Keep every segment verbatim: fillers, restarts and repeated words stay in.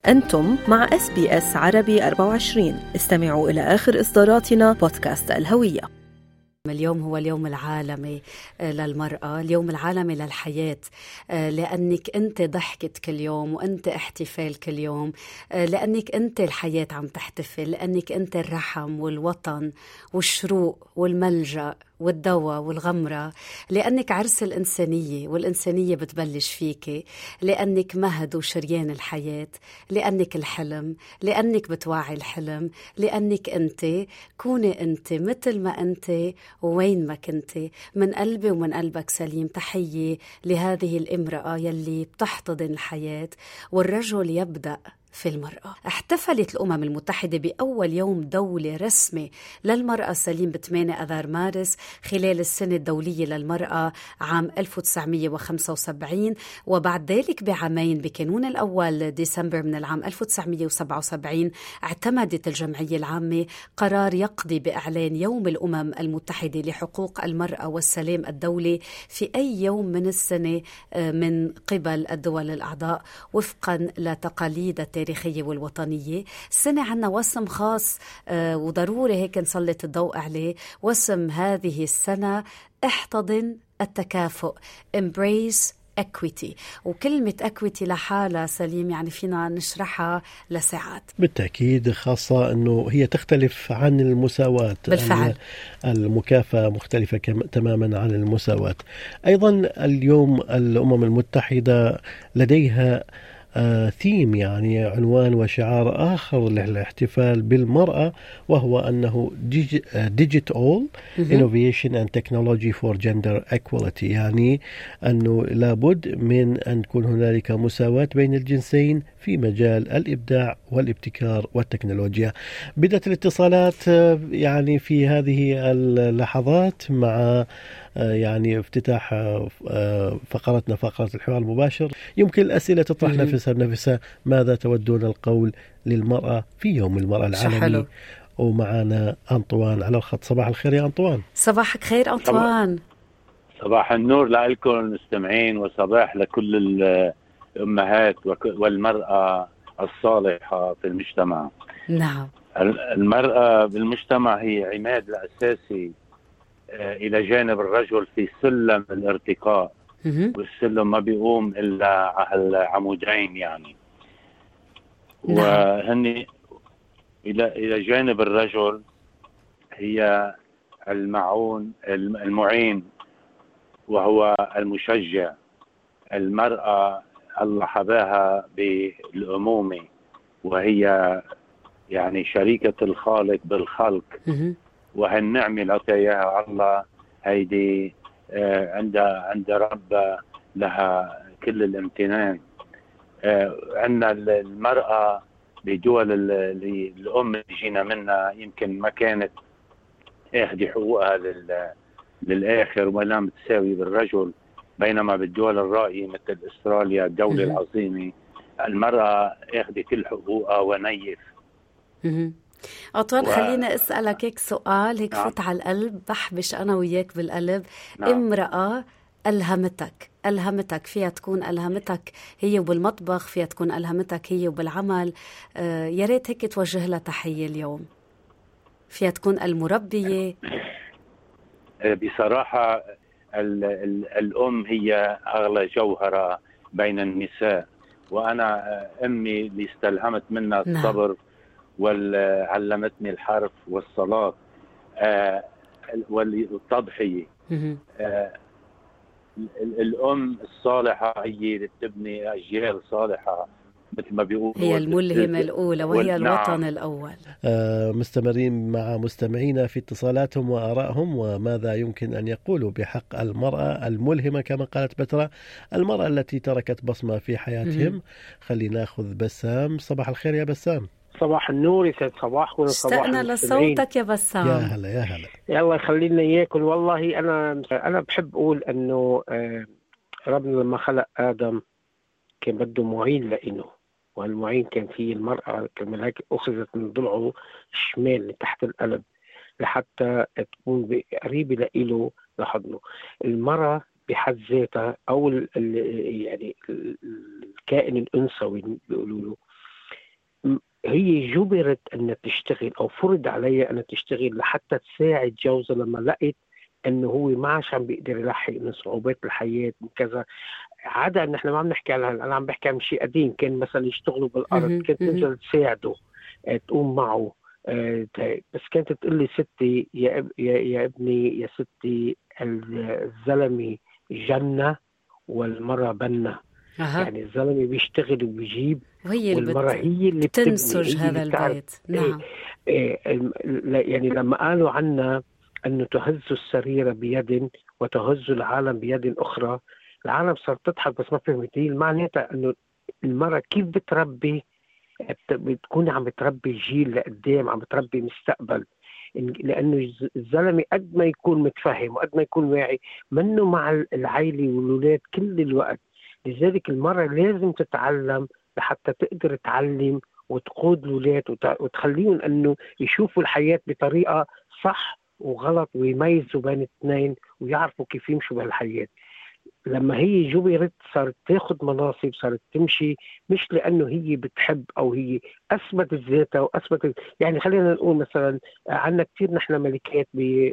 أنتم مع إس بي إس عربي أربعة وعشرين. استمعوا إلى آخر إصداراتنا بودكاست الهوية. اليوم هو اليوم العالمي للمرأة، اليوم العالمي للحياة، لأنك أنت ضحكت كل يوم وأنت احتفال كل يوم، لأنك أنت الحياة عم تحتفل، لأنك أنت الرحم والوطن والشروق والملجأ والدواء والغمرة، لأنك عرس الإنسانية والإنسانية بتبلش فيك، لأنك مهد وشريان الحياة، لأنك الحلم، لأنك بتوعي الحلم، لأنك أنت. كوني أنت مثل ما أنت وين ما كنت. من قلبي ومن قلبك سليم تحية لهذه الامرأة يلي بتحتضن الحياة، والرجل يبدأ في المرأة. احتفلت الأمم المتحدة بأول يوم دولي رسمي للمرأة سليم ب ثمانية أذار مارس خلال السنة الدولية للمرأة عام ألف وتسعمية وخمسة وسبعين، وبعد ذلك بعامين بكانون الأول ديسمبر من العام ألف وتسعمية وسبعة وسبعين اعتمدت الجمعية العامة قرار يقضي بإعلان يوم الأمم المتحدة لحقوق المرأة والسلام الدولي في أي يوم من السنة من قبل الدول الأعضاء وفقا لتقاليد التاريخية والوطنية. السنة عنا وسم خاص آه وضروري هيك نسلط الضوء عليه. وسم هذه السنة احتضن التكافؤ، Embrace Equity. وكلمة Equity لحالها سليم يعني فينا نشرحها لساعات. بالتأكيد، خاصة أنه هي تختلف عن المساواة. بالفعل المكافأة مختلفة تماما عن المساواة. أيضا اليوم الأمم المتحدة لديها آه ثيم، يعني عنوان وشعار آخر للاحتفال بالمرأة، وهو أنه Digital Innovation and Technology for Gender Equality، يعني أنه لابد من أن تكون هنالك مساواة بين الجنسين في مجال الإبداع والابتكار والتكنولوجيا. بدأت الاتصالات يعني في هذه اللحظات مع يعني افتتاح فقرتنا، فقرة الحوار المباشر. يمكن الأسئلة تطرح نفسها بنفسها. ماذا تودون القول للمرأة في يوم المرأة العالمي؟ حلو. ومعنا أنطوان على الخط. صباح الخير يا أنطوان. صباحك خير أنطوان. صباح النور لكم المستمعين، وصباح لكل الأمهات والمرأة الصالحة في المجتمع. نعم، المرأة بالمجتمع هي عماد الأساسي إلى جانب الرجل في سلم الارتقاء، والسلم ما بيقوم إلا على عمودين يعني. نعم. وهني إلى إلى جانب الرجل هي المعون المعين، وهو المشجع. المرأة الله حباها بالأمومة، وهي يعني شريكة الخالق بالخلق، وهالنعمة اللي عطاها الله هيدي آه عند عند رب لها كل الامتنان. آه عندنا المرأة بدول اللي الأم اللي جينا منها يمكن ما كانت اخذ حقوقها للآخر ولا متساوي بالرجل، بينما بالدول الرائية مثل استراليا الدولة العظيمة المرأة اخذ كل حقوقها ونيف. أطوان و... خلينا أسألك هيك سؤال هيك نعم. فوت على القلب، بحبش أنا وياك بالقلب. نعم. امرأة ألهمتك ألهمتك فيها تكون ألهمتك هي وبالمطبخ، فيها تكون ألهمتك هي وبالعمل. آه يا ريت هيك توجه لها تحية اليوم. فيها تكون المربية. بصراحة ال ال الأم هي أغلى جوهرة بين النساء، وأنا أمي اللي استلهمت منها الصبر. نعم. وعلمتني الحرف والصلاة آه والتضحية. آه الأم الصالحة هي اللي بتبني أجيال صالحة مثل ما بيقولوا، هي الملهمة الأولى وهي الوطن نعم. الأول. آه مستمرين مع مستمعينا في اتصالاتهم وآرائهم، وماذا يمكن أن يقولوا بحق المرأة الملهمة كما قالت بترا، المرأة التي تركت بصمة في حياتهم. خلينا ناخذ بسام. صباح الخير يا بسام. صباح النور، يسعد صباحكم. اشتقنا لصوتك يا بسام. يا هلا يا هلا. يلا خلينا ياكل. والله انا انا بحب اقول انه ربنا لما خلق ادم كان بده معين لإنه، والمعين كان فيه المرأة، كمان هيك اخذت من ضلعه الشمال تحت القلب لحتى تكون قريبة لإله لحضنه. المرأة بحد ذاتها او ال ال يعني الكائن الانثوي بيقولوا له هي جبرت أن تشتغل أو فرض عليها أن تشتغل لحتى تساعد جوزها لما لقيت أنه هو ما عش عم بيقدر يلحق من صعوبات الحياة وكذا. عادة أن احنا ما عم نحكي على أنا عم بحكي عن شيء قديم، كان مثلا يشتغلوا بالأرض كانت تنزل تساعده تقوم معه. بس كانت تقول لي ستي يا, أب يا, يا ابني يا ستي الزلمة جنة والمرأة بنة. أه. يعني الزلمة بيشتغل وبيجيب والمرأة هي اللي تنسج هذا البيت. نعم. إيه إيه يعني لما قالوا عنا أنه تهز السرير بيد وتهز العالم بيد أخرى، العالم صار تضحك بس ما فهمتي معناتها أنه المرأة كيف بتربي، بتكون عم بتربي جيل لقدام، عم بتربي مستقبل. لأنه الزلمة قد ما يكون متفهم وقد ما يكون واعي منه مع العائلة والولاد كل الوقت. لذلك المرأة لازم تتعلم لحتى تقدر تعلم وتقود الولاد وتخليهم أنه يشوفوا الحياة بطريقة صح وغلط ويميزوا بين الاثنين ويعرفوا كيف يمشوا بهالحياة. لما هي جبرت صارت تاخد مناصب، صارت تمشي مش لأنه هي بتحب أو هي أثبتت ذاتها وأثبتت. يعني خلينا نقول مثلا عنا كتير نحن ملكات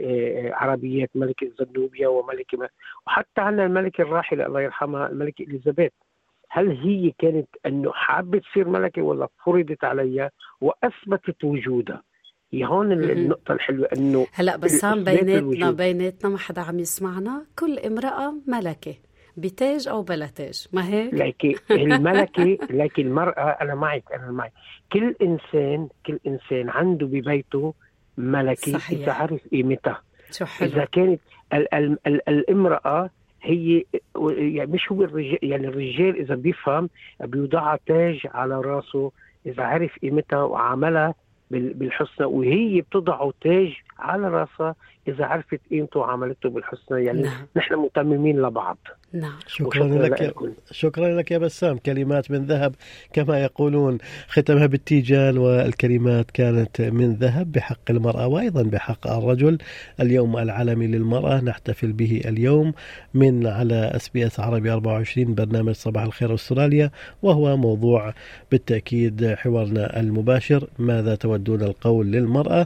بعربيات، ملكة زنوبيا وملكة ما. وحتى عنا الملكة الراحلة الله يرحمها الملكة إليزابيث، هل هي كانت أنه حابة تصير ملكة ولا فرضت عليها وأثبتت وجودها؟ هون النقطة الحلوة أنه هلأ بسام بيناتنا بيناتنا ما حدا عم يسمعنا، كل امرأة ملكة بتاج أو بلا تاج، ما هيك؟ لكن الملكة لكن المرأة أنا معك أنا معك كل إنسان كل إنسان عنده ببيته ملكة. صحيح. إذا عرف قيمتها. إذا كانت ال ال ال الامرأة هي يعني مش هو الرجال، يعني الرجال إذا بيفهم بيوضع تاج على راسه إذا عرف قيمتها وعملها بالحسنى، وهي بتضع تاج على راسها إذا عرفت قيمته وعملته بالحسنى. يعني نعم. نحن متممين لبعض. نعم. شكرا لك يا شكرا لك يا بسام، كلمات من ذهب كما يقولون، ختمها بالتيجان، والكلمات كانت من ذهب بحق المرأة وأيضا بحق الرجل. اليوم العالمي للمرأة نحتفل به اليوم من على اس بي اس عربي أربعة وعشرين برنامج صباح الخير أستراليا، وهو موضوع بالتأكيد حوارنا المباشر ماذا تودون القول للمرأة،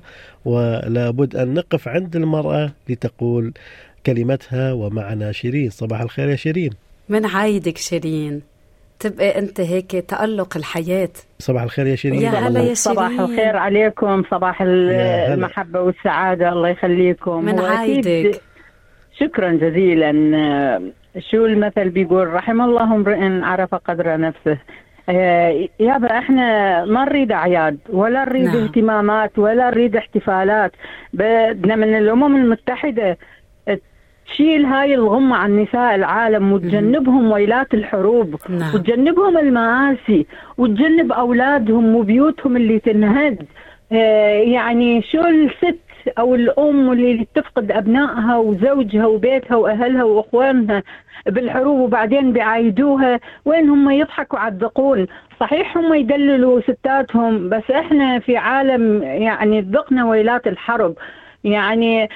ولا بد أن نقف عند المرأة لتقول كلمتها. ومعنا شيرين. صباح الخير يا شيرين. من عايدك شيرين، تبقى أنت هيك تألق الحياة. صباح الخير يا شيرين. يا هلا يا شيرين. صباح الخير عليكم، صباح المحبة والسعادة، الله يخليكم. من عايدك. شكرا جزيلا. شو المثل بيقول رحم الله امرئ عرف قدر نفسه. يابا احنا ما نريد اعياد ولا نريد نعم. اهتمامات ولا نريد احتفالات. بدنا من الامم المتحدة تشيل هاي الغمة عن نساء العالم وتجنبهم ويلات الحروب. نعم. وتجنبهم المآسي وتجنب أولادهم وبيوتهم اللي تنهد. اه يعني شو الست أو الأم اللي تفقد أبنائها وزوجها وبيتها وأهلها وأخوانها بالحروب وبعدين بيعايدوها، وين هم يضحكوا عالذقون. صحيح هم يدللوا ستاتهم، بس احنا في عالم يعني ذقنا ويلات الحرب. يعني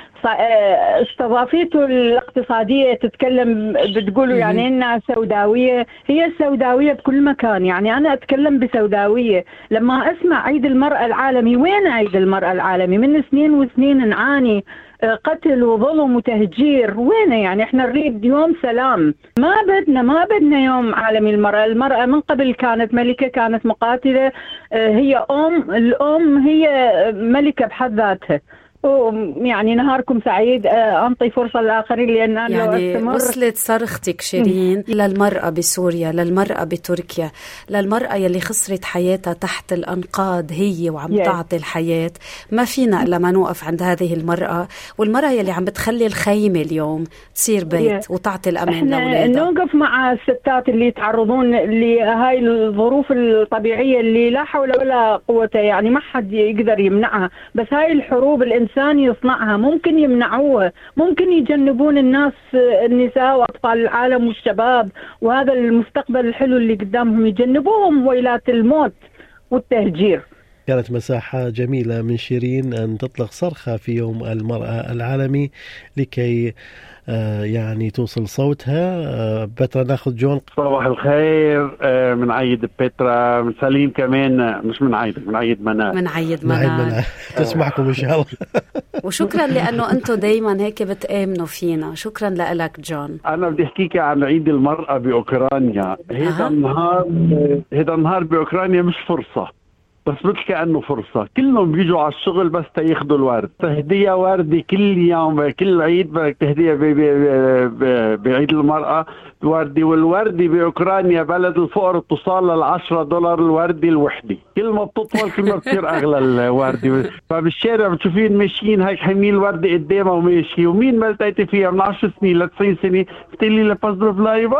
استضافته الاقتصادية تتكلم بتقولوا يعني إنها سوداوية، هي السوداوية بكل مكان. يعني أنا أتكلم بسوداوية لما أسمع عيد المرأة العالمي. وين عيد المرأة العالمي؟ من سنين وسنين نعاني قتل وظلم وتهجير. وين يعني احنا نريد يوم سلام. ما بدنا ما بدنا يوم عالمي المرأة. المرأة من قبل كانت ملكة، كانت مقاتلة، هي أم. الأم هي ملكة بحد ذاتها. يعني نهاركم سعيد. أنطي فرصة للآخرين لأن أنا يعني لو وصلت صرختك شيرين للمرأة بسوريا، للمرأة بتركيا، للمرأة يلي خسرت حياتها تحت الأنقاض هي وعم yes. تعطي الحياة. ما فينا إلا ما نوقف عند هذه المرأة، والمرأة يلي عم بتخلي الخيمة اليوم تصير بيت yes. وتعطي الأمان لأولادها. نوقف مع الستات اللي يتعرضون لهاي الظروف الطبيعية اللي لا حول ولا قوة، يعني ما حد يقدر يمنعها. بس هاي الحروب الإنسان يصنعها، ممكن يمنعوها، ممكن يجنبون الناس النساء وأطفال العالم والشباب وهذا المستقبل الحلو اللي قدامهم، يجنبوهم ويلات الموت والتهجير. كانت مساحة جميلة من شيرين أن تطلق صرخة في يوم المرأة العالمي لكي آه يعني توصل صوتها. آه بترا ناخذ جون. صباح الخير. آه من عيد بترا، من سليم كمان، مش من عيد، من عيد منال. من عيد منال تسمعكم إن شاء الله. وشكرا لأنه أنتم دايما هيك بتآمنوا فينا. شكرا لك جون. أنا بدي أحكيك عن عيد المرأة بأوكرانيا. هذا النهار هذا النهار بأوكرانيا مش فرصة، بس مثل كأنه فرصة. كلهم بيجوا على الشغل بس تياخدوا الورد. تهدية وردي كل يوم، كل عيد بدك تهدية بعيد المرأة وردي. والوردي بأوكرانيا بلد الفقر توصل للعشرة دولار الوردي الوحدة. كل ما بتطول كل ما بتصير أغلى الوردي. فبالشارع بتشوفين ماشيين هيك حاملين الوردي قدامه وماشي. ومين ما لقيتي فيها من عشر سنين لتسعين سنة بتقولي لها بازدروف لايف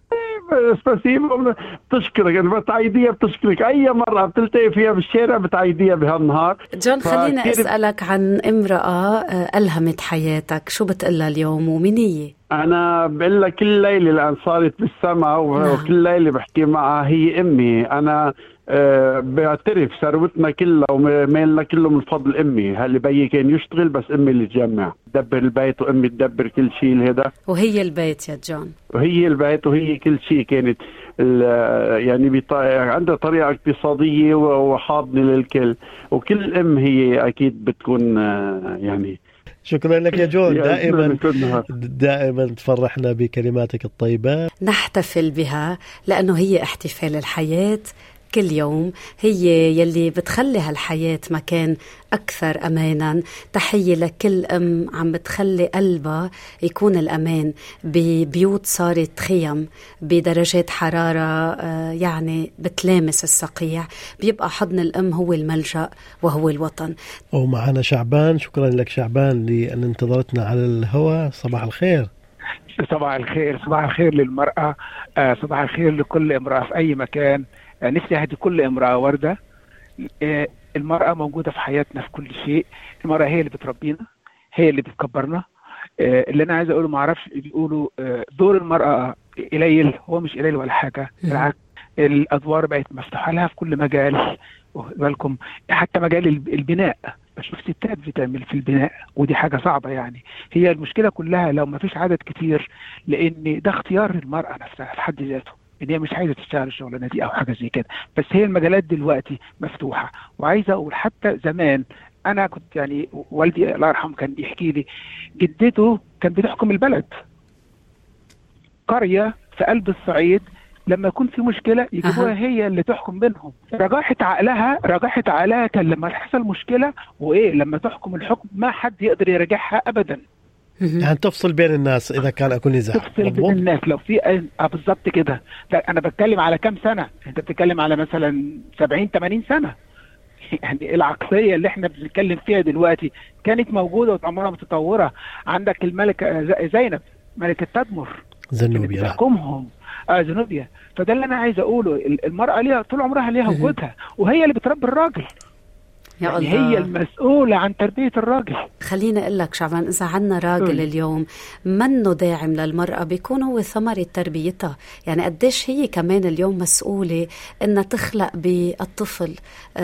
بتشكرك. أنا بتعيديها بتشكرك. أي مرة بتلتقي فيها بالشارع بتعيديها بهالنهار. جون خلينا أسألك عن امرأة ألهمت حياتك، شو بتقلها اليوم ومين هي؟ أنا بقول لك كل ليلة لأن صارت بالسماء وكل ليلة بحكي معها، هي أمي. أنا أه بعترف ثروتنا كلها ومالنا كله من فضل أمي. هاللي بيي كان يشتغل بس أمي اللي تجمع تدبر البيت، وأمي تدبر كل شيء. هذا وهي البيت يا جون، وهي البيت وهي كل شيء. كانت يعني بطا... عندها طريقة اقتصادية وحاضنة للكل. وكل أم هي أكيد بتكون يعني. شكرا لك يا جون. دائما دائما تفرحنا بكلماتك الطيبة. نحتفل بها لأنه هي احتفال الحياة كل يوم. هي يلي بتخلي هالحياة مكان أكثر أمانا. تحية لكل أم عم بتخلي قلبها يكون الأمان ببيوت صارت خيم بدرجات حرارة يعني بتلامس الصقيع. بيبقى حضن الأم هو الملجأ وهو الوطن. ومعنا شعبان. شكرا لك شعبان لأن انتظرتنا على الهواء. صباح الخير. صباح الخير. صباح الخير للمرأة. صباح الخير لكل امرأة في أي مكان. نفسي أهدي كل امرأة وردة. المرأة موجودة في حياتنا في كل شيء. المرأة هي اللي بتربينا، هي اللي بتكبرنا. اللي أنا عايز أقوله، معرفش بيقولوا دور المرأة قليل، هو مش قليل ولا حاجة. بالعكس الأدوار بقت مفتوحة لها في كل مجال. بالكم حتى مجال البناء بشوف ستات بتعمل في البناء، ودي حاجة صعبة يعني. هي المشكلة كلها لو ما فيش عدد كتير، لأن ده اختيار المرأة نفسها في حد ذاته، ان هي مش عايزه تشتغل الشغلانه دي او حاجه زي كده. بس هي المجالات دلوقتي مفتوحه. وعايزه اقول حتى زمان انا كنت يعني والدي الله يرحمه كان بيحكي لي جدته كان بتحكم البلد، قريه في قلب الصعيد، لما يكون في مشكله يجيبوها أه. هي اللي تحكم بينهم. رجحت عقلها رجحت عقلها كان لما تحصل مشكله وايه لما تحكم الحكم ما حد يقدر يرجعها ابدا. يعني تفصل بين الناس إذا كان أكون نزاع. تفصل بين الناس لو في آه بالضبط كده. أنا بتكلم على كم سنة؟ أنت بتتكلم على مثلا سبعين ثمانين سنة. يعني العقلية اللي احنا بنتكلم فيها دلوقتي كانت موجودة وعمرها متطورة. عندك الملكة زينب ملكة تدمر زنوبيا بتحكمهم آه زنوبيا. فده اللي أنا عايز أقوله، المرأة ليها طول عمرها ليها وجودها، وهي اللي بتربي الراجل. يا يعني الله. هي المسؤولة عن تربية الراجل. خلينا أقول لك شعبان، إذا عنا راجل م. اليوم منه داعم للمرأة بيكون هو ثمرة تربيتها. يعني قديش هي كمان اليوم مسؤولة إنها تخلق بالطفل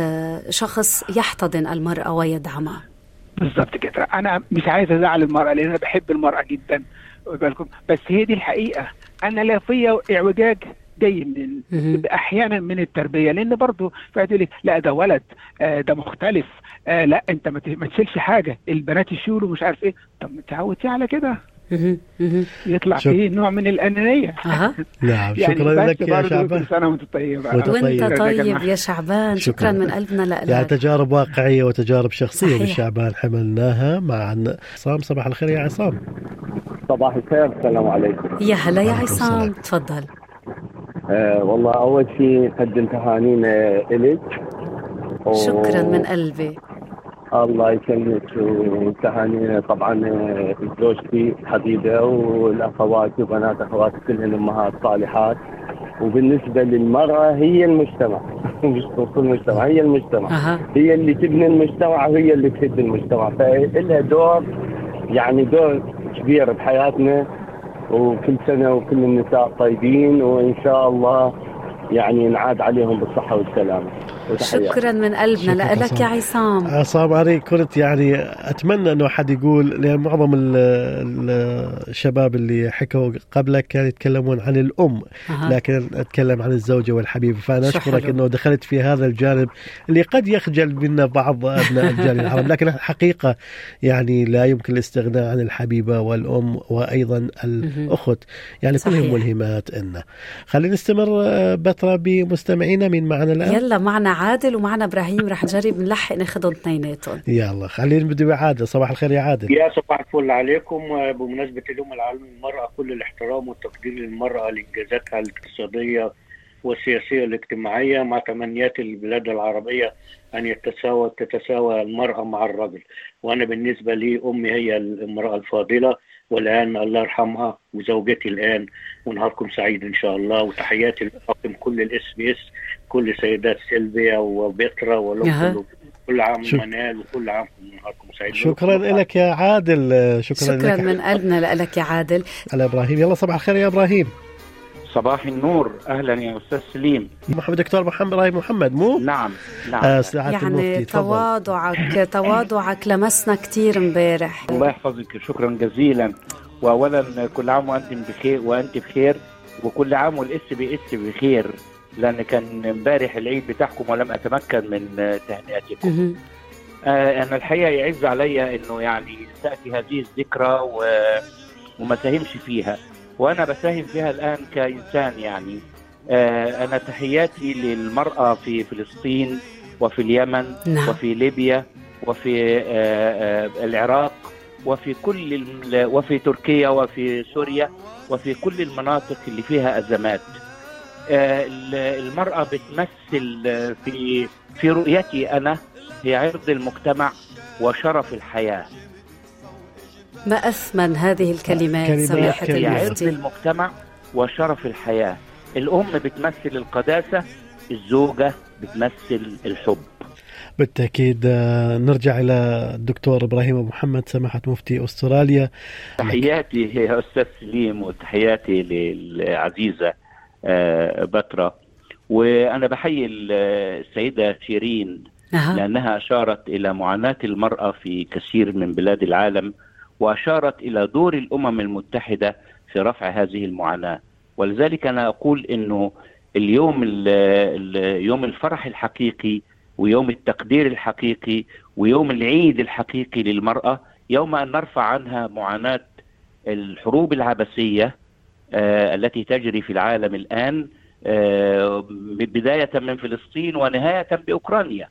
شخص يحتضن المرأة ويدعمها. بالضبط كده. أنا مش عايز أزعل المرأة لأن أنا بحب المرأة جدا، بس هي دي الحقيقة. أنا لا فيا اعوجاج جاي من احيانا من التربيه، لان برضو فقعد يقول لك لا ده ولد آه ده مختلف آه لا انت ما تشيلش حاجه، البنات يشيلوا مش عارف ايه. طب تعودتي على كده يطلع شك... فيه نوع من الانانيه. أه. نعم يعني شكرا لك يا شعبان. سنه وانت طيب. وانت طيب يا شعبان. شكرا, شكرا من قلبنا لك. يعني تجارب واقعيه وتجارب شخصيه بالشعبان حملناها مع عصام. صباح الخير يا عصام. صباح الخير. السلام عليكم. يا هلا يا عصام. تفضل. أه والله أول شيء قدم تهانينا إليك. شكرا من قلبي. الله يسلمك. وتهانينا طبعا زوجتي حبيبة والأخوات وبنات أخواتي كلهن أمهات صالحات. وبالنسبة للمرأة هي المجتمع مش توصل المجتمع، هي المجتمع أه. هي اللي تبني المجتمع وهي اللي تهد المجتمع، فإلها دور يعني دور كبير بحياتنا. وكل سنة وكل النساء طيبين، وإن شاء الله يعني نعاد عليهم بالصحة والسلامة. شكرا من قلبنا لك يا عصام. عصام علي كنت يعني أتمنى أنه حد يقول، لأن معظم الشباب اللي حكوا قبلك كانوا يتكلمون عن الأم، لكن أتكلم عن الزوجة والحبيب. فأنا أشكرك أنه دخلت في هذا الجانب اللي قد يخجل منا بعض أبناء الجالية العرب، لكن الحقيقة يعني لا يمكن الاستغناء عن الحبيبة والأم وأيضا الأخت، يعني كلهم ملهمات إنا. خلينا نستمر بترا بمستمعينا. من معنا الآن؟ يلا معنا عادل ومعنا إبراهيم، رح نجرب نلحق ناخذهم اثنيناتهم. يلا خلينا نبدأ بعادل. صباح الخير يا عادل. يا صباح الفل عليكم. بمناسبة اليوم العالمي للمرأة، كل الاحترام والتقدير للمرأة لإنجازاتها الاقتصادية والسياسية والاجتماعية، مع تمنيات البلاد العربية أن يتساوى تتساوى المرأة مع الرجل. وأنا بالنسبة لي أمي هي المرأة الفاضلة، والآن الله يرحمها، وزوجتي الآن. ونهاركم سعيد إن شاء الله. وتحياتي لحكم كل الاس بي اس، كل سيدات سيلفيا وبترا ولو كل عام منال، وكل عام نهاركم سعيد. شكرا لك يا عادل. شكرا, شكرا لك. من قلبنا لك يا عادل. على إبراهيم. يلا صباح الخير يا إبراهيم. صباح النور. أهلا يا أستاذ سليم. محمد دكتور محمد إبراهيم محمد مو؟ نعم نعم. آه يعني تواضعك تواضعك لمسنا كتير امبارح. الله يحفظك. شكرا جزيلا. وأولا كل عام وأنتم بخير وأنت بخير، وكل عام والإس بي إس بخير، لأن كان امبارح العيد بتاعكم ولم أتمكن من تهنئتكم. آه أنا الحقيقة يعز علي إنه يعني تأتي هذه الذكرى و... وما ساهمش فيها، وأنا بساهم فيها الآن كإنسان. يعني آه أنا تحياتي للمرأة في فلسطين وفي اليمن نعم. وفي ليبيا وفي آه آه العراق وفي كل وفي تركيا وفي سوريا وفي كل المناطق اللي فيها أزمات. آه المرأة بتمثل في في رؤيتي أنا هي عرض المجتمع وشرف الحياة. ما أثمن هذه الكلمات سماحة المفتي. عرض المجتمع وشرف الحياة. الأم بتمثل القداسة، الزوجة بتمثل الحب. بالتأكيد. نرجع إلى الدكتور إبراهيم أبو محمد سماحة مفتي أستراليا. تحياتي يا أستاذ سليم، وتحياتي للعزيزة بترا. وأنا بحيي السيدة شيرين أه. لأنها أشارت إلى معاناة المرأة في كثير من بلاد العالم، وأشارت إلى دور الأمم المتحدة في رفع هذه المعاناة. ولذلك أنا أقول إنه اليوم يوم الفرح الحقيقي، ويوم التقدير الحقيقي، ويوم العيد الحقيقي للمرأة، يوم أن نرفع عنها معاناة الحروب العبثية آه التي تجري في العالم الآن، آه بداية من فلسطين ونهاية بأوكرانيا.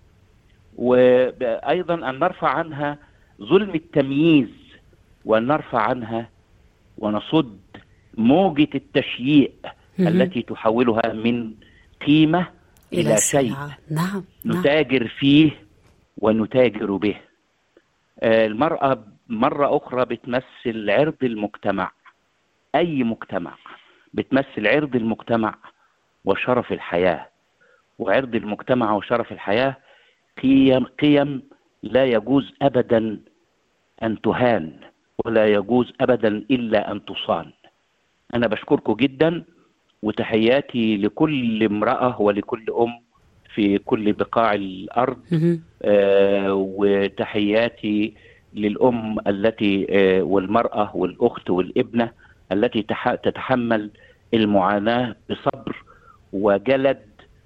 وأيضا أن نرفع عنها ظلم التمييز، وأن نرفع عنها ونصد موجة التشييع التي تحولها من قيمة إلى, إلى شيء نعم. نتاجر فيه ونتاجر به. آه المرأة مرة أخرى بتمثل عرض المجتمع. أي مجتمع بتمثل عرض المجتمع وشرف الحياة. وعرض المجتمع وشرف الحياة قيم, قيم لا يجوز أبدا أن تهان، ولا يجوز أبدا إلا أن تصان. أنا بشكركم جدا، وتحياتي لكل امرأة ولكل أم في كل بقاع الأرض. آه وتحياتي للأم التي آه والمرأة والأخت والابنة التي تتحمل المعاناة بصبر وجلد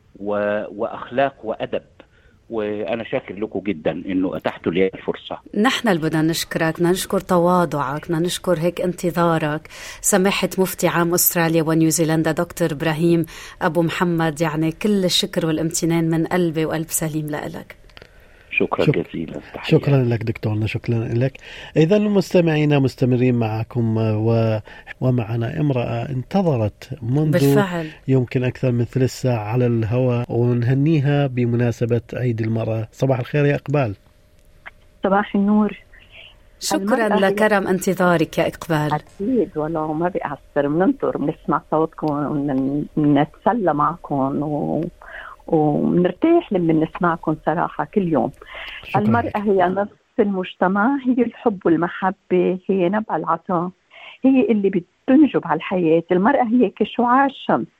وأخلاق وأدب. وأنا شاكر لكم جدا إنه أتحتوا لي الفرصة. نحن اللي بدنا نشكرك، بدنا نشكر تواضعك، بدنا نشكر هيك انتظارك. سماحة مفتي عام أستراليا ونيوزيلندا دكتور إبراهيم أبو محمد، يعني كل الشكر والامتنان من قلبي وقلب سليم لك. شكرا شك... جزيلا. شكرا لك دكتورنا، شكرا لك. إذا مستمعينا مستمرين معكم و... ومعنا امرأة انتظرت منذ بالفعل. يمكن أكثر من ثلاث ساعة على الهواء، ونهنيها بمناسبة عيد المرأة. صباح الخير يا إقبال. صباح النور. شكرا لكرم انتظارك يا إقبال. أكيد والله ما بيأثر، بننطر بنسمع صوتكم ونتسلى معكم و... ونرتاح لما نسمعكم صراحة كل يوم. المرأة هي نصف المجتمع، هي الحب والمحبة، هي نبع العطاء، هي اللي بتنجب على الحياة. المرأة هي كشعاع الشمس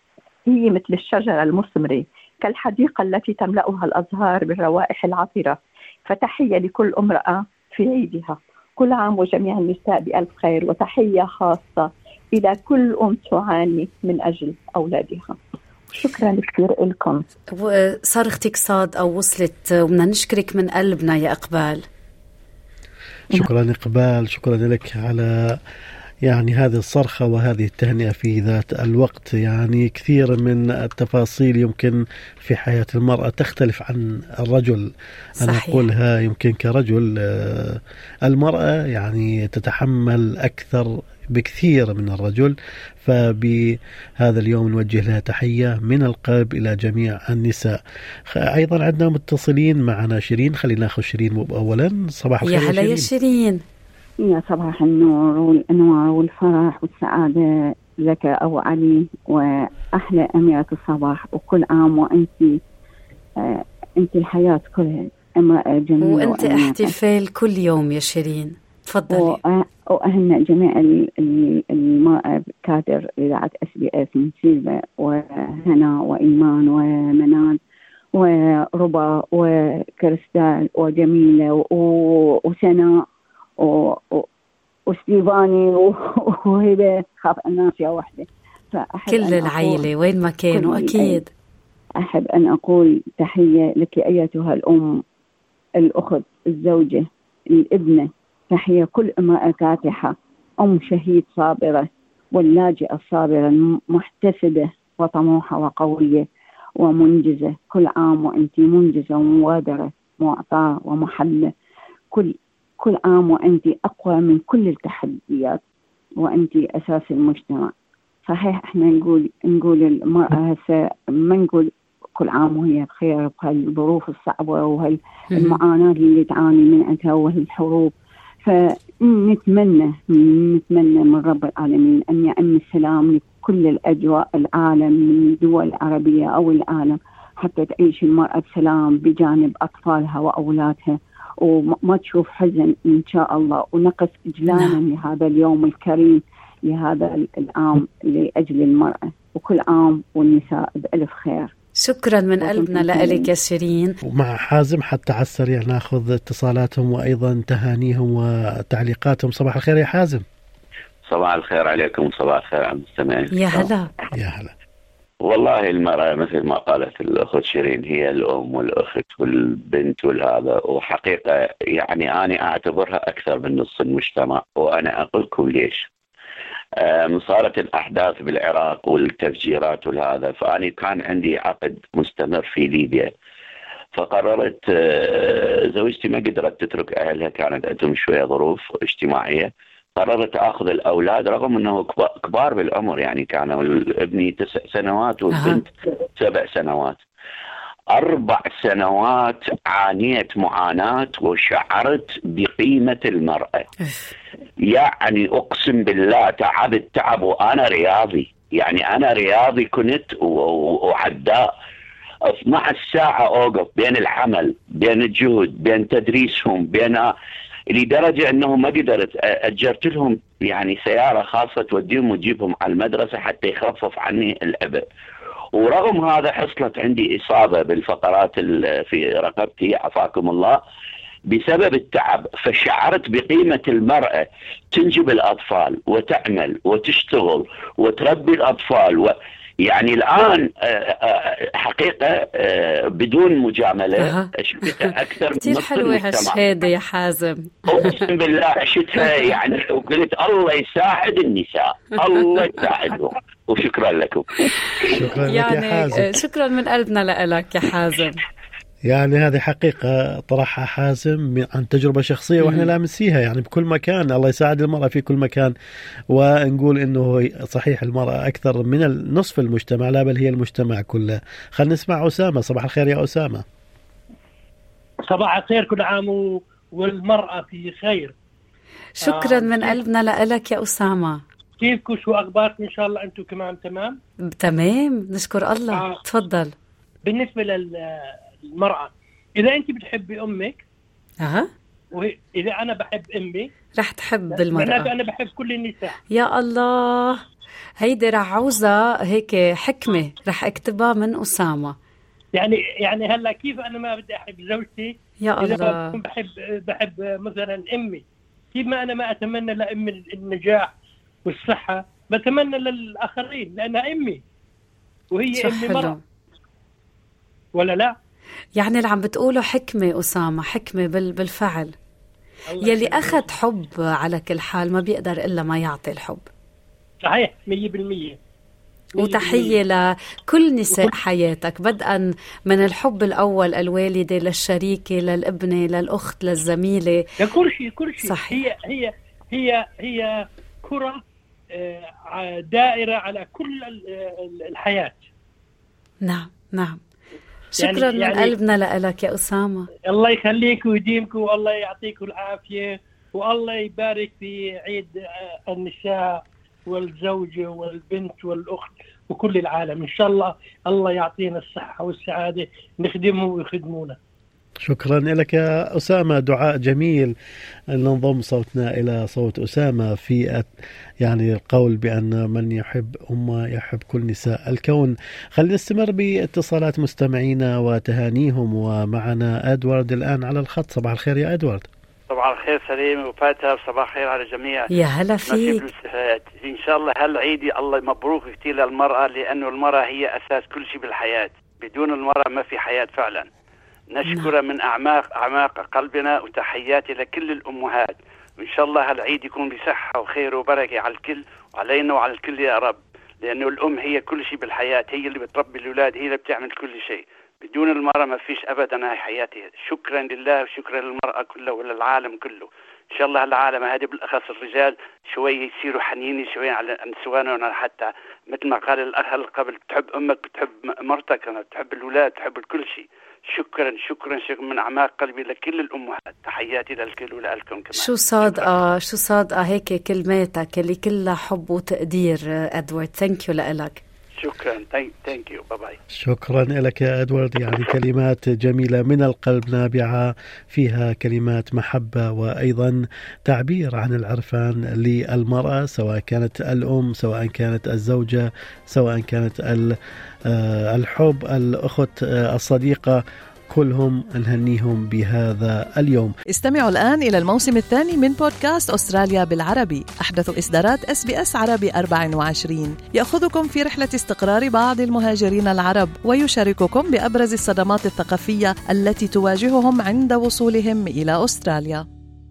هي مثل الشجرة المثمرة كالحديقة التي تملأها الأزهار بالروائح العطرة. فتحية لكل امرأة في عيدها. كل عام وجميع النساء بألف خير. وتحية خاصة إلى كل أم تعاني من أجل أولادها. شكرا كثير لكم. صرختك صاد أو وصلت، وبدنا نشكرك من قلبنا يا إقبال. شكرا إقبال، شكرا لك على يعني هذه الصرخة وهذه التهنئة في ذات الوقت. يعني كثير من التفاصيل يمكن في حياة المرأة تختلف عن الرجل. صحيح. أنا أقولها يمكن كرجل المرأة يعني تتحمل أكثر بكثير من الرجل. فبهذا اليوم نوجه لها تحية من القلب إلى جميع النساء. أيضا عندنا متصلين معنا شيرين، خلينا ناخذ شيرين أولا. صباح الخير يا هلا يا شيرين. يا صباح النور والأنوار والفرح والسعادة لك أبو علي وأحلى أميرة الصباح، وكل عام وأنت آه أنت الحياة كلها امرأة جميلة، وأنت احتفال كل يوم يا شيرين. تفضلي. وأهنأ جميع المرأة كادر إذاعة اس بي اس من سيلفا وهنا وإيمان ومنال وربا وكريستال وجميلة وسناء وستيفاني وهبة خاف الناس يا وحدة. كل العائلة وين ما كانوا. أكيد أحب أن أقول تحية لك أيتها الأم، الأخت، الزوجة، الابنة. تحية كل امرأة كاتحة، أم شهيد صابرة واللاجئة الصابرة محتسبة وطموحة وقوية ومنجزة. كل عام وأنت منجزة ومبادرة معطاء ومحلة. كل كل عام وأنت أقوى من كل التحديات وأنت أساس المجتمع. صحيح إحنا نقول نقول المرأة هسه ما نقول كل عام وهي بخير بهالظروف الصعبة وهالمعاناة اللي تعاني منها وهالحروب. فنتمنى نتمنى من رب العالمين أن يعم السلام لكل الأجواء العالم من الدول العربية أو العالم، حتى تعيش المرأة بسلام بجانب أطفالها وأولادها وما تشوف حزن إن شاء الله. ونقف إجلالا لهذا اليوم الكريم لهذا العام لأجل المرأة، وكل عام والنساء بألف خير. شكرا من قلبنا لك يا شيرين. ومع حازم حتى على السريع ناخذ اتصالاتهم وأيضا تهانيهم وتعليقاتهم. صباح الخير يا حازم. صباح الخير عليكم، صباح الخير على المستمعين. يا هلا. يا هلا. والله المرأة مثل ما قالت الأخت شيرين هي الأم والأخت والبنت والهذا، وحقيقة يعني أنا أعتبرها أكثر من نصف المجتمع. وأنا أقولكم ليش. صارت الأحداث بالعراق والتفجيرات والهذا، فأنا كان عندي عقد مستمر في ليبيا، فقررت زوجتي ما قدرت تترك أهلها، كانت عندهم شوية ظروف اجتماعية. قررت أخذ الأولاد رغم أنه كبار بالعمر، يعني كانوا ابني تسع سنوات والبنت سبع سنوات. أربع سنوات عانيت معاناة وشعرت بقيمة المرأة. يعني أقسم بالله تعبت تعب وأنا رياضي، يعني أنا رياضي كنت وعداء. اثنتي عشرة ساعة أوقف بين العمل بين الجهد بين تدريسهم بين لدرجة أنه ما قدرت أجرت لهم يعني سيارة خاصة توديهم وتجيبهم على المدرسة حتى يخفف عني العبء. ورغم هذا حصلت عندي إصابة بالفقرات في رقبتي عافاكم الله بسبب التعب. فشعرت بقيمة المرأة تنجب الأطفال وتعمل وتشتغل وتربي الأطفال و يعني الآن حقيقة بدون مجاملة عشتها أكثر من نصف المجتمع. هالشهادة يا حازم. أقسم بالله عشتها يعني، وقلت الله يساعد النساء، الله يساعدهم. وشكرا لكم. شكرا يعني لك يا حازم. شكرا من قلبنا لك يا حازم. يعني هذه حقيقة طرحها حازم عن تجربة شخصية وإحنا لامسيها يعني بكل مكان. الله يساعد المرأة في كل مكان. ونقول إنه صحيح المرأة أكثر من نصف المجتمع، لا بل هي المجتمع كله. خلينا نسمع أسامة. صباح الخير يا أسامة. صباح الخير، كل عام والمرأة في خير. شكرا آه من قلبنا لك يا أسامة. كيفكم؟ شو أخباركم؟ إن شاء الله أنتم كمان تمام؟ تمام نشكر الله. آه. تفضل. بالنسبة لل المرأة، إذا أنت بتحبي أمك أه. وإذا أنا بحب أمي رح تحب المرأة. أنا بحب كل النساء. يا الله، هيدي رح عاوزة هيك حكمة رح اكتبها من أسامة. يعني يعني هلا كيف أنا ما بدي أحب زوجتي يا الله، بحب بحب مثلا أمي، كيف ما أنا ما أتمنى لأمي النجاح والصحة، بتمنى للآخرين لأنها أمي وهي أمي مرة، ولا لا؟ يعني اللي عم بتقوله حكمة أسامة، حكمة بالفعل. يلي أخذ حب على كل حال ما بيقدر إلا ما يعطي الحب. صحيح مية بالمية. وتحية لكل نساء حياتك، بدءا من الحب الأول الوالدة للشريكة للابنة للأخت للزميلة، كل شيء كل شيء. صحيح. هي هي هي هي كرة دائرة على كل الحياة. نعم نعم. شكرا يعني من يعني قلبنا لك يا أسامة. الله يخليك ويديمك والله يعطيك العافية، والله يبارك في عيد النساء والزوجة والبنت والأخت وكل العالم. إن شاء الله الله يعطينا الصحة والسعادة نخدمهم ويخدمونا. شكرا لك يا أسامة، دعاء جميل ننضم صوتنا إلى صوت أسامة في يعني القول بأن من يحب أمه يحب كل نساء الكون. خلينا نستمر باتصالات مستمعينا وتهانيهم، ومعنا أدوارد الآن على الخط. صباح الخير يا أدوارد. صباح الخير سليم وفاتها، صباح الخير على الجميع. يا هلا فيك. إن شاء الله هالعيدي الله مبروك كتير للمرأة، لأنه المرأة هي أساس كل شيء بالحياة، بدون المرأة ما في حياة فعلا. نشكرها من أعماق أعماق قلبنا، وتحياتي لكل الأمهات، وإن شاء الله هالعيد يكون بصحة وخير وبركة على الكل وعلينا وعلى الكل يا رب، لأنه الأم هي كل شيء بالحياة، هي اللي بتربي الأولاد، هي اللي بتعمل كل شيء، بدون المرأة ما فيش أبدا هاي حياتي. شكرا لله وشكرا للمرأة كلها وللعالم كله. إن شاء الله العالم هذه بالأخص الرجال شوي يصيروا حنينين شوي على نسواننا، حتى مثل ما قال الأخ قبل، بتحب أمك بتحب مرتك بتحب الأولاد بتحب كل شيء. شكرا شكرا شكرا من أعماق قلبي لكل الأمهات، تحياتي للكل ولكم كمان. شو صادقة شو صادقة هيك كلماتك اللي كلها حب وتقدير أدوارد. ثانك يو لك. شكرا ثانك يو باي باي. شكرا لك يا أدوارد، يعني كلمات جميلة من القلب، نابعة فيها كلمات محبة وأيضا تعبير عن العرفان للمرأة، سواء كانت الأم سواء كانت الزوجة سواء كانت الحب الأخت الصديقة، كلهم نهنيهم بهذا اليوم. استمعوا الآن إلى الموسم الثاني من بودكاست أستراليا بالعربي، أحدث إصدارات إس بي إس عربي أربعة وعشرين، يأخذكم في رحلة استقرار بعض المهاجرين العرب ويشارككم بأبرز الصدمات الثقافية التي تواجههم عند وصولهم إلى أستراليا.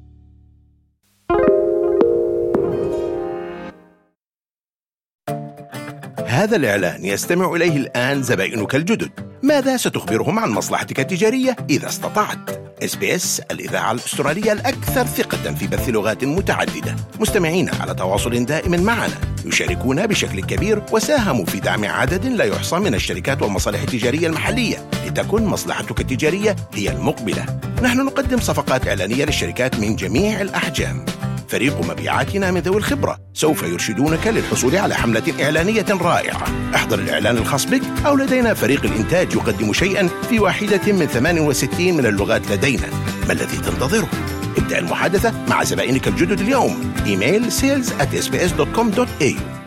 هذا الإعلان يستمع إليه الآن زبائنك الجدد. ماذا ستخبرهم عن مصلحتك التجارية إذا استطعت؟ إس بي إس الإذاعة الأسترالية الأكثر ثقة في بث لغات متعددة. مستمعين على تواصل دائم معنا، يشاركون بشكل كبير وساهموا في دعم عدد لا يحصى من الشركات والمصالح التجارية المحلية، لتكن مصلحتك التجارية هي المقبلة. نحن نقدم صفقات إعلانية للشركات من جميع الأحجام. فريق مبيعاتنا من ذوي الخبرة سوف يرشدونك للحصول على حملة إعلانية رائعة. احضر الإعلان الخاص بك، أو لدينا فريق الإنتاج يقدم شيئا في واحدة من ثمان وستين من اللغات لدينا. ما الذي تنتظره؟ ابدأ المحادثة مع زبائنك الجدد اليوم. إيميل sales at s b s dot com dot a u.